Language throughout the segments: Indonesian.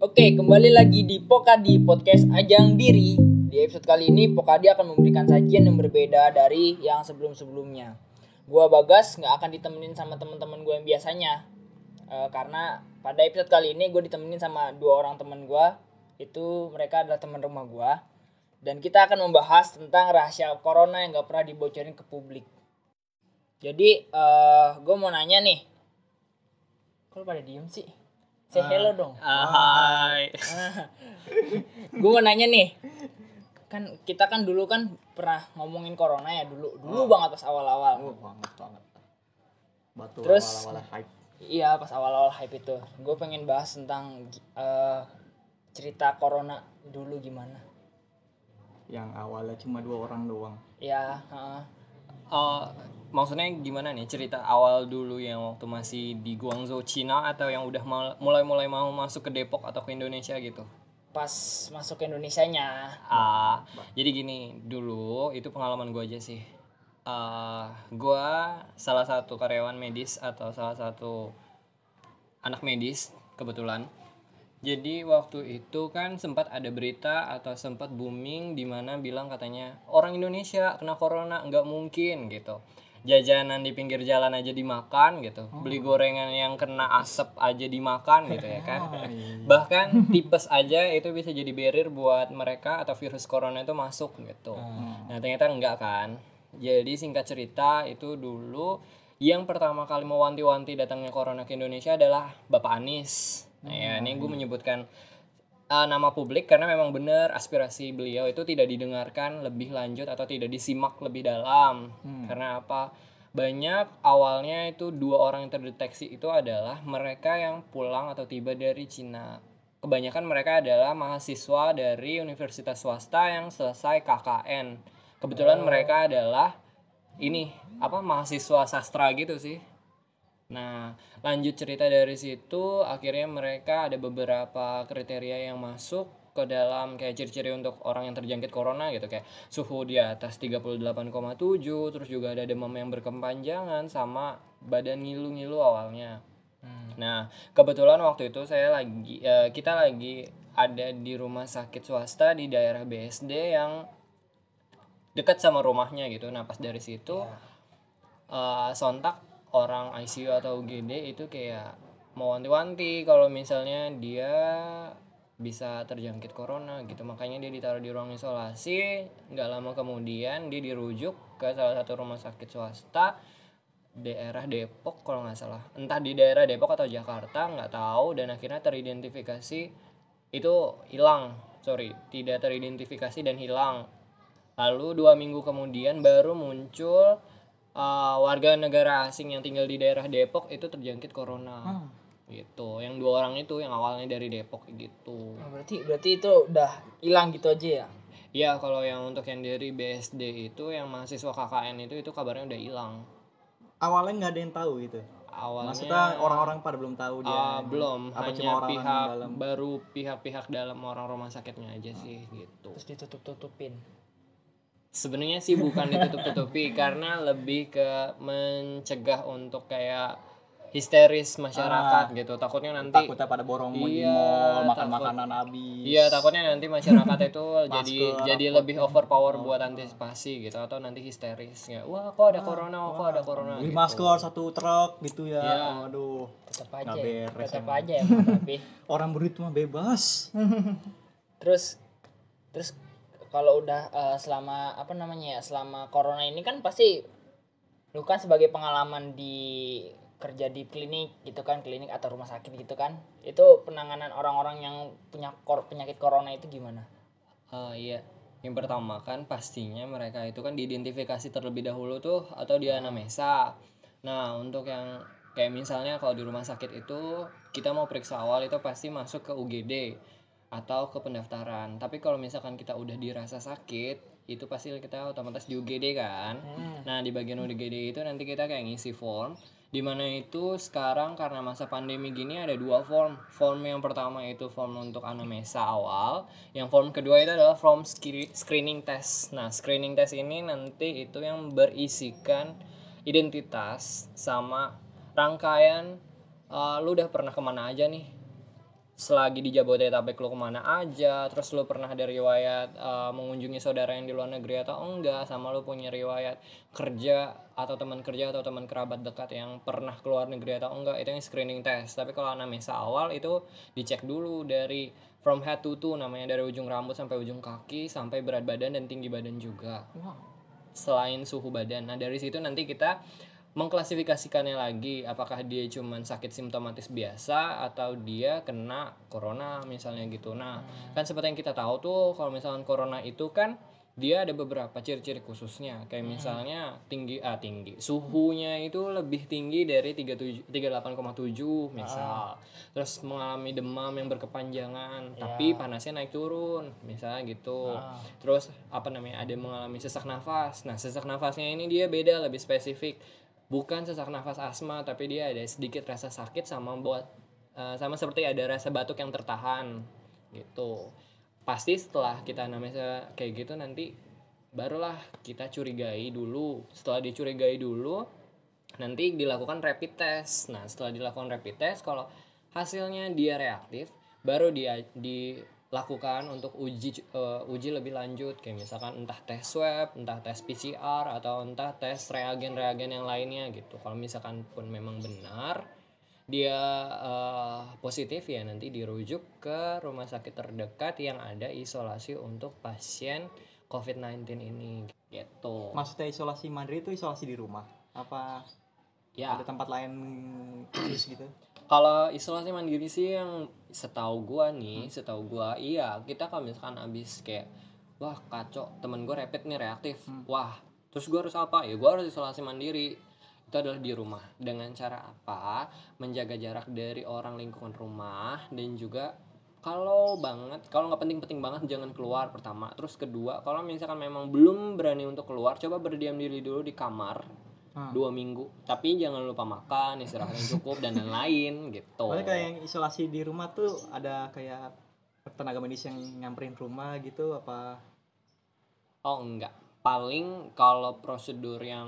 Oke, kembali lagi di Pokadi Podcast Ajang Diri. Di episode kali ini Pokadi akan memberikan sajian yang berbeda dari yang sebelum-sebelumnya. Gua Bagas nggak akan ditemenin sama teman-teman gue yang biasanya. Karena pada episode kali ini gue ditemenin sama dua orang teman gue. Itu mereka adalah teman rumah gue. Dan kita akan membahas tentang rahasia corona yang nggak pernah dibocorin ke publik. Jadi gue mau nanya nih. Kok lu pada diem sih? Say hello dong. Hai. Gue mau nanya nih. Kan kita kan dulu kan pernah ngomongin corona ya dulu banget pas awal-awal. Banget. Batu Terus awal-awal hype. iya pas awal-awal hype itu. Gue pengen bahas tentang cerita corona dulu gimana. Yang awalnya cuma 2 orang doang. Ya, Maksudnya gimana nih cerita awal dulu yang waktu masih di Guangzhou, Cina, atau yang udah mulai mau masuk ke Depok atau ke Indonesia gitu? pas masuk ke Indonesianya. Jadi gini, dulu itu pengalaman gue aja sih. Gue salah satu karyawan medis atau salah satu anak medis kebetulan. Jadi waktu itu kan sempat ada berita atau sempat booming di mana bilang katanya orang Indonesia kena corona, nggak mungkin gitu. Jajanan di pinggir jalan aja dimakan gitu. Beli gorengan yang kena asap aja dimakan gitu ya kan. Bahkan tipes aja itu bisa jadi barrier buat mereka atau virus corona itu masuk gitu. Nah, ternyata enggak kan. Jadi singkat cerita itu dulu yang pertama kali mewanti-wanti datangnya corona ke Indonesia adalah Bapak Anies. Nah, ya, ini gue menyebutkan nama publik karena memang benar aspirasi beliau itu tidak didengarkan lebih lanjut atau tidak disimak lebih dalam. Karena apa? Banyak awalnya itu 2 orang yang terdeteksi itu adalah mereka yang pulang atau tiba dari Cina. Kebanyakan mereka adalah mahasiswa dari universitas swasta yang selesai KKN. Kebetulan mereka adalah mahasiswa sastra gitu sih. Nah, lanjut cerita dari situ, akhirnya mereka ada beberapa kriteria yang masuk ke dalam kayak ciri-ciri untuk orang yang terjangkit corona gitu, kayak suhu di atas 38,7, terus juga ada demam yang berkepanjangan sama badan ngilu-ngilu awalnya. Nah, kebetulan waktu itu kita lagi ada di rumah sakit swasta di daerah BSD yang dekat sama rumahnya gitu. Nah, pas dari situ sontak orang ICU atau UGD itu kayak mau wanti-wanti kalau misalnya dia bisa terjangkit corona gitu, makanya dia ditaruh di ruang isolasi. Nggak lama kemudian dia dirujuk ke salah satu rumah sakit swasta daerah Depok kalau nggak salah, entah di daerah Depok atau Jakarta nggak tahu, dan akhirnya teridentifikasi itu tidak teridentifikasi dan hilang. Lalu 2 minggu kemudian baru muncul warga negara asing yang tinggal di daerah Depok itu terjangkit corona. Gitu. Yang 2 orang itu yang awalnya dari Depok gitu. Berarti itu udah hilang gitu aja ya. Iya, kalau yang untuk yang dari BSD itu yang mahasiswa KKN itu kabarnya udah hilang. Awalnya nggak ada yang tahu gitu. Awalnya Maksudnya orang-orang pada belum tahu dia. Belum, Apa hanya cuma orang dalam? baru pihak dalam orang rumah sakitnya aja sih gitu. Terus ditutup-tutupin. Sebenarnya sih bukan ditutup-tutupi karena lebih ke mencegah untuk kayak histeris masyarakat gitu. Takutnya nanti Takutnya pada borong di mall, makan makanan habis. Iya, takutnya nanti masyarakat itu jadi lebih overpower buat Oh. antisipasi gitu, atau nanti histeris ya. Wah, kok ada corona Beli gitu. masker 1 truk gitu ya. Iya. Waduh. Tetap Nggak aja beres tetap emang. aja emang tapi Orang berit mah bebas. terus kalau udah selama selama corona ini kan pasti lu kan sebagai pengalaman di kerja di klinik gitu kan, klinik atau rumah sakit gitu kan, itu penanganan orang-orang yang punya penyakit corona itu gimana? Iya, yang pertama kan pastinya mereka itu kan diidentifikasi terlebih dahulu tuh atau di anamnesa. Nah, untuk yang kayak misalnya kalau di rumah sakit itu kita mau periksa awal itu pasti masuk ke UGD atau ke pendaftaran. Tapi kalau misalkan kita udah dirasa sakit, itu pasti kita otomatis di UGD kan. Nah, di bagian UGD itu nanti kita kayak ngisi form, di mana itu sekarang karena masa pandemi gini ada 2 form. Form yang pertama itu form untuk anamnesa awal, yang form kedua itu adalah form screening test. Nah, screening test ini nanti itu yang berisikan identitas sama rangkaian lu udah pernah kemana aja nih selagi di Jabodetabek lu kemana aja, terus lu pernah ada riwayat mengunjungi saudara yang di luar negeri atau enggak, sama lu punya riwayat kerja atau teman kerja atau teman kerabat dekat yang pernah keluar negeri atau enggak, itu yang screening test. Tapi kalau anamnesa awal itu dicek dulu dari from head to toe, namanya dari ujung rambut sampai ujung kaki, sampai berat badan dan tinggi badan juga. Selain suhu badan. Nah, dari situ nanti kita mengklasifikasikannya lagi, apakah dia cuman sakit simptomatis biasa atau dia kena corona misalnya gitu. Nah, kan seperti yang kita tahu tuh kalau misalkan corona itu kan dia ada beberapa ciri-ciri khususnya, kayak misalnya tinggi suhunya itu lebih tinggi dari 38,7 misal. Terus mengalami demam yang berkepanjangan tapi panasnya naik turun misalnya gitu. Terus ada mengalami sesak nafas. Nah, sesak nafasnya ini dia beda, lebih spesifik, bukan sesak nafas asma, tapi dia ada sedikit rasa sakit sama sama seperti ada rasa batuk yang tertahan gitu. Pasti setelah kita anamnesa kayak gitu nanti barulah kita curigai dulu. Setelah dicurigai dulu nanti dilakukan rapid test. Nah, setelah dilakukan rapid test kalau hasilnya dia reaktif, baru dia dilakukan untuk uji lebih lanjut, kayak misalkan entah tes swab, entah tes PCR, atau entah tes reagen-reagen yang lainnya gitu. Kalau misalkan pun memang benar dia positif, ya nanti dirujuk ke rumah sakit terdekat yang ada isolasi untuk pasien COVID-19 ini gitu. Maksudnya isolasi mandiri itu isolasi di rumah apa Ya, ada tempat lain khusus gitu? kalau isolasi mandiri sih yang setahu gua iya, kita kalau misalkan abis kayak wah kacau, temen gua rapid nih reaktif, wah terus gua harus apa ya, gua harus isolasi mandiri. Itu adalah di rumah dengan cara apa, menjaga jarak dari orang lingkungan rumah, dan juga kalau nggak penting-penting banget jangan keluar pertama. Terus kedua, kalau misalkan memang belum berani untuk keluar, coba berdiam diri dulu di kamar 2 minggu, tapi jangan lupa makan, istirahat yang cukup, dan lain-lain gitu. Soalnya kayak yang isolasi di rumah tuh ada kayak tenaga medis yang nyamperin rumah gitu apa? Oh enggak, paling kalau prosedur yang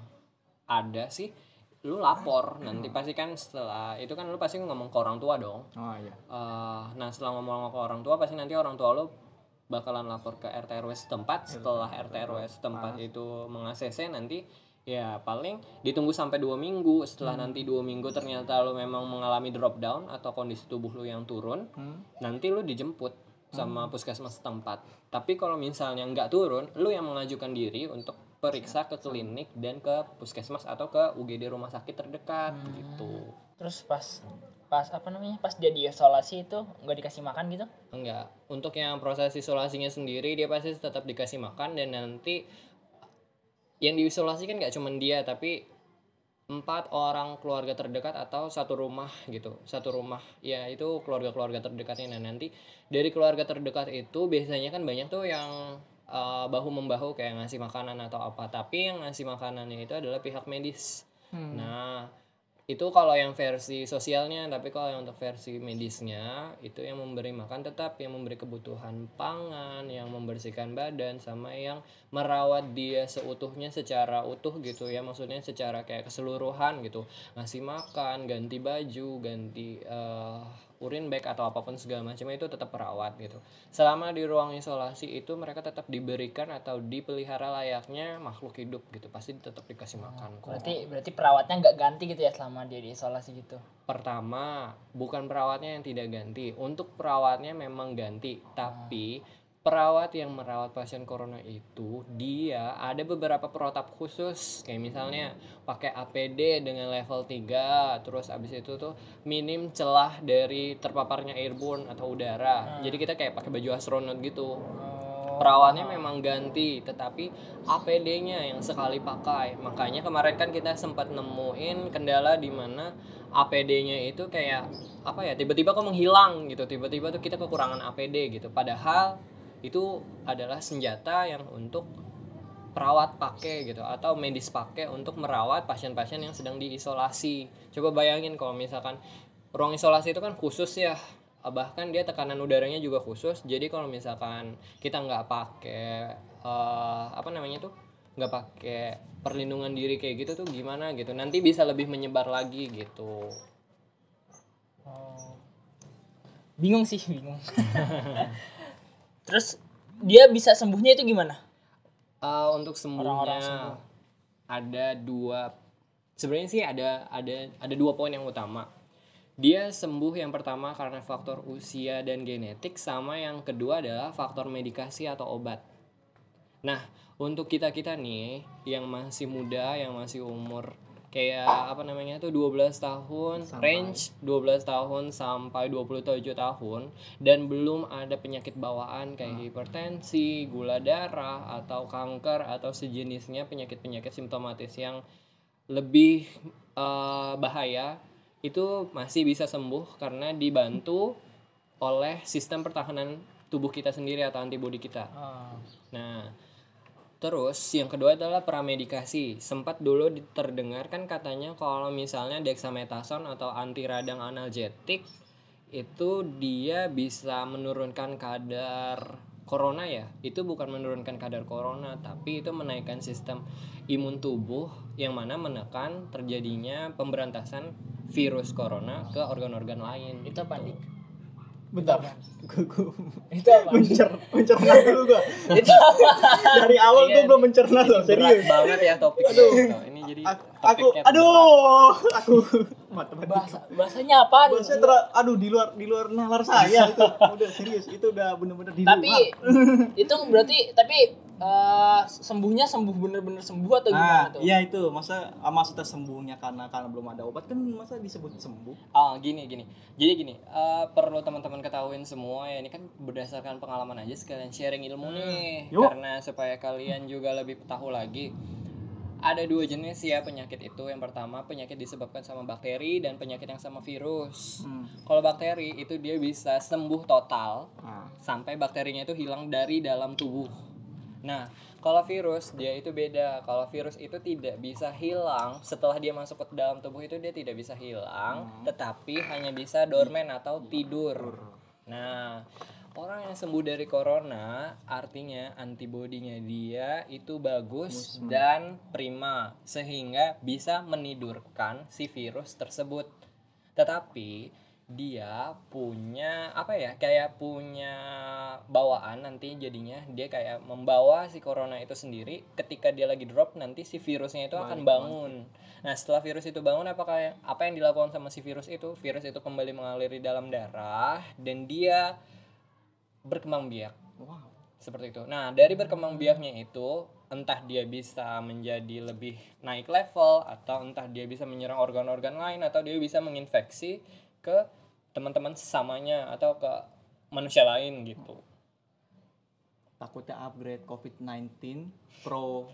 ada sih lu lapor nanti, pasti kan setelah itu kan lu pasti ngomong ke orang tua dong. Oh iya. Nah, setelah ngomong ke orang tua, pasti nanti orang tua lu bakalan lapor ke RT RW setempat. Setelah RT RW setempat itu meng-ACC, nanti ya paling ditunggu sampai 2 minggu. Setelah nanti 2 minggu ternyata lu memang mengalami drop down atau kondisi tubuh lu yang turun, nanti lu dijemput sama puskesmas setempat. Tapi kalau misalnya nggak turun, lu yang mengajukan diri untuk periksa ke klinik dan ke puskesmas atau ke UGD rumah sakit terdekat gitu. Terus pas jadi isolasi itu nggak dikasih makan gitu? Enggak, untuk yang proses isolasinya sendiri dia pasti tetap dikasih makan, dan nanti yang diisolasi kan nggak cuma dia, tapi 4 orang keluarga terdekat atau satu rumah gitu. Satu rumah ya itu keluarga-keluarga terdekatnya. Nah, nanti dari keluarga terdekat itu biasanya kan banyak tuh yang bahu membahu kayak ngasih makanan atau apa, tapi yang ngasih makanannya itu adalah pihak medis. Nah, itu kalau yang versi sosialnya, tapi kalau yang untuk versi medisnya itu yang memberi makan tetap yang memberi kebutuhan pangan, yang membersihkan badan, sama yang merawat dia seutuhnya secara utuh gitu ya, maksudnya secara kayak keseluruhan gitu, ngasih makan, ganti baju, ganti urin bag atau apapun segala macam, itu tetap perawat gitu. Selama di ruang isolasi itu mereka tetap diberikan atau dipelihara layaknya makhluk hidup gitu, pasti tetap dikasih makan kok. Berarti perawatnya nggak ganti gitu ya selama dia diisolasi gitu? Pertama, bukan perawatnya yang tidak ganti. Untuk perawatnya memang ganti, tapi perawat yang merawat pasien corona itu dia ada beberapa protap khusus, kayak misalnya pakai APD dengan level 3, terus abis itu tuh minim celah dari terpaparnya airborne atau udara. Jadi kita kayak pakai baju astronot gitu. Perawatnya memang ganti, tetapi APD-nya yang sekali pakai. Makanya kemarin kan kita sempat nemuin kendala di mana APD-nya itu kayak apa ya, tiba-tiba kok menghilang gitu. Tiba-tiba tuh kita kekurangan APD gitu. Padahal itu adalah senjata yang untuk perawat pakai gitu, atau medis pakai untuk merawat pasien-pasien yang sedang diisolasi. Coba bayangin kalau misalkan ruang isolasi itu kan khusus ya, bahkan dia tekanan udaranya juga khusus. Jadi kalau misalkan kita nggak pakai nggak pakai perlindungan diri kayak gitu tuh gimana gitu, nanti bisa lebih menyebar lagi gitu. Bingung sih, bingung. Terus dia bisa sembuhnya itu gimana? Untuk Orang-orang sembuhnya sembuh. ada dua, sebenarnya sih ada dua poin yang utama. Dia sembuh yang pertama karena faktor usia dan genetik, sama yang kedua adalah faktor medikasi atau obat. Nah, untuk kita-kita nih yang masih muda, yang masih umur kayak apa namanya tuh 12 tahun, range 12 tahun sampai 27 tahun dan belum ada penyakit bawaan kayak hipertensi, gula darah atau kanker atau sejenisnya, penyakit-penyakit simptomatis yang lebih bahaya, itu masih bisa sembuh karena dibantu oleh sistem pertahanan tubuh kita sendiri atau antibodi kita. Nah, terus yang kedua adalah pramedikasi. Sempat dulu terdengar kan katanya kalau misalnya dexamethasone atau anti radang analgetik itu dia bisa menurunkan kadar corona ya. Itu bukan menurunkan kadar corona, tapi itu menaikkan sistem imun tubuh yang mana menekan terjadinya pemberantasan virus corona ke organ-organ lain. Itu apa, Dik? Bentar. Itu apa? Mencerna dulu gua. Itu apa? Dari awal Iya, gua belum mencerna loh, Berat serius. banget ya topiknya gitu. Ini jadi Aku topiknya aku Bahasanya apa? aduh di luar nalar saya itu. Udah serius, itu udah bener-bener di luar. Tapi itu berarti sembuhnya sembuh bener-bener sembuh atau gimana tuh? Iya itu, maksudnya sembuhnya karena belum ada obat kan, masa disebut sembuh? Gini. Jadi gini, perlu teman-teman ketahuin semua ya, ini kan berdasarkan pengalaman aja, sekalian sharing ilmu nih. Yuk. Karena supaya kalian juga lebih tahu lagi. Ada dua jenis ya penyakit itu. Yang pertama penyakit disebabkan sama bakteri dan penyakit yang sama virus. Kalau bakteri itu dia bisa sembuh total sampai bakterinya itu hilang dari dalam tubuh. Nah, kalau virus dia itu beda. Kalau virus itu tidak bisa hilang setelah dia masuk ke dalam tubuh, itu dia tidak bisa hilang, tetapi hanya bisa dormen atau tidur. Nah, orang yang sembuh dari corona artinya antibodinya dia itu bagus dan prima sehingga bisa menidurkan si virus tersebut. Tetapi dia punya kayak punya bawaan, nanti jadinya dia kayak membawa si corona itu sendiri. Ketika dia lagi drop, nanti si virusnya itu akan bangun. Nah, setelah virus itu bangun, apa yang dilakukan sama si virus itu kembali mengalir di dalam darah dan dia berkembang biak. Seperti itu. Nah, dari berkembang biaknya itu entah dia bisa menjadi lebih naik level, atau entah dia bisa menyerang organ-organ lain, atau dia bisa menginfeksi ke teman-teman sesamanya atau ke manusia lain gitu. Takutnya upgrade COVID-19 Pro.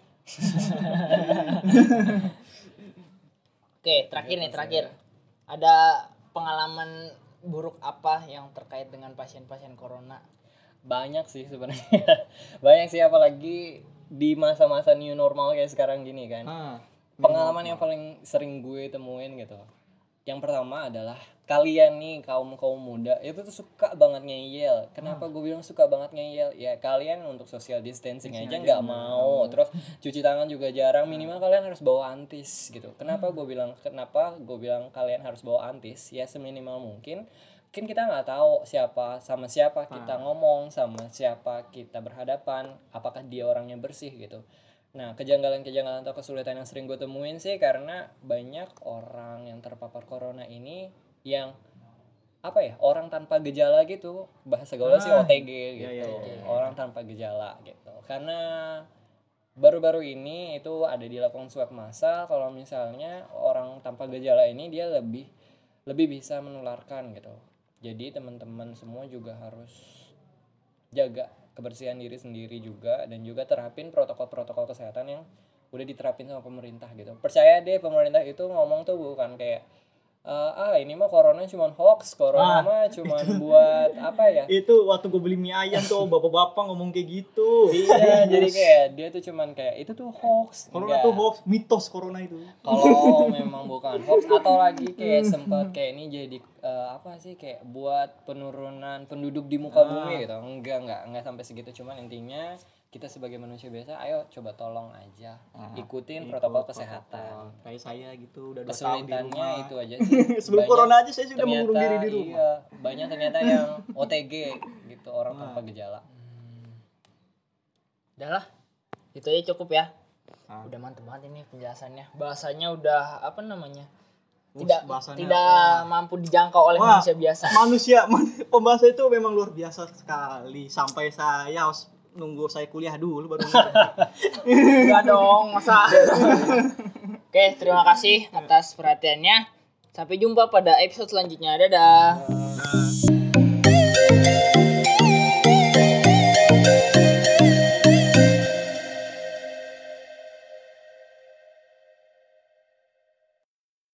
Oke, terakhir. Ada pengalaman buruk apa yang terkait dengan pasien-pasien corona? Banyak sih sebenarnya. Banyak sih, apalagi di masa-masa new normal kayak sekarang gini kan. Pengalaman yang paling sering gue temuin gitu. Yang pertama adalah kalian nih kaum muda itu tuh suka banget ngeyel. Kenapa gue bilang suka banget ngeyel? Ya kalian untuk social distancing aja nggak mau. Terus cuci tangan juga jarang. Minimal kalian harus bawa antis gitu. Kenapa gue bilang kalian harus bawa antis? Ya seminimal mungkin. Mungkin kita nggak tahu sama siapa kita ngomong, sama siapa kita berhadapan, apakah dia orangnya bersih gitu. Nah, kejanggalan-kejanggalan atau kesulitan yang sering gue temuin sih karena banyak orang yang terpapar corona ini yang orang tanpa gejala gitu. Bahasa gaulnya sih OTG gitu. Orang tanpa gejala gitu. Karena baru-baru ini itu ada dilakukan swab massal, kalau misalnya orang tanpa gejala ini dia lebih bisa menularkan gitu. Jadi teman-teman semua juga harus jaga kebersihan diri sendiri juga, dan juga terapin protokol-protokol kesehatan yang udah diterapin sama pemerintah gitu. Percaya deh, pemerintah itu ngomong tuh bukan kayak ini mah corona cuma hoax, corona mah cuma buat Itu waktu gue beli mie ayam tuh bapak-bapak ngomong kayak gitu. Iya, jadi kayak dia tuh cuman kayak itu tuh hoax. Corona tuh hoax, mitos corona itu. Kalau memang bukan hoax, atau lagi kayak sempat kayak ini jadi kayak buat penurunan penduduk di muka bumi gitu. Enggak sampai segitu, cuman intinya kita sebagai manusia biasa, ayo coba tolong aja, ikutin Ikut protokol kesehatan. Kayak saya gitu udah 2 tahun di Kesulitannya rumah. itu aja sih. Sebelum Banyak- corona aja saya sudah mengurung diri di rumah. Iya, banyak ternyata yang OTG gitu, orang tanpa gejala. Udah lah, itu aja cukup ya. Ah. Udah mantep banget ini penjelasannya. Bahasanya udah apa namanya? Tidak bahasanya, tidak mampu dijangkau oleh Wah. manusia biasa. Pembahasan itu memang luar biasa sekali. Sampai saya harus nunggu saya kuliah dulu baru ngerti. Enggak dong, masa. Oke, terima kasih atas perhatiannya. Sampai jumpa pada episode selanjutnya. Dadah.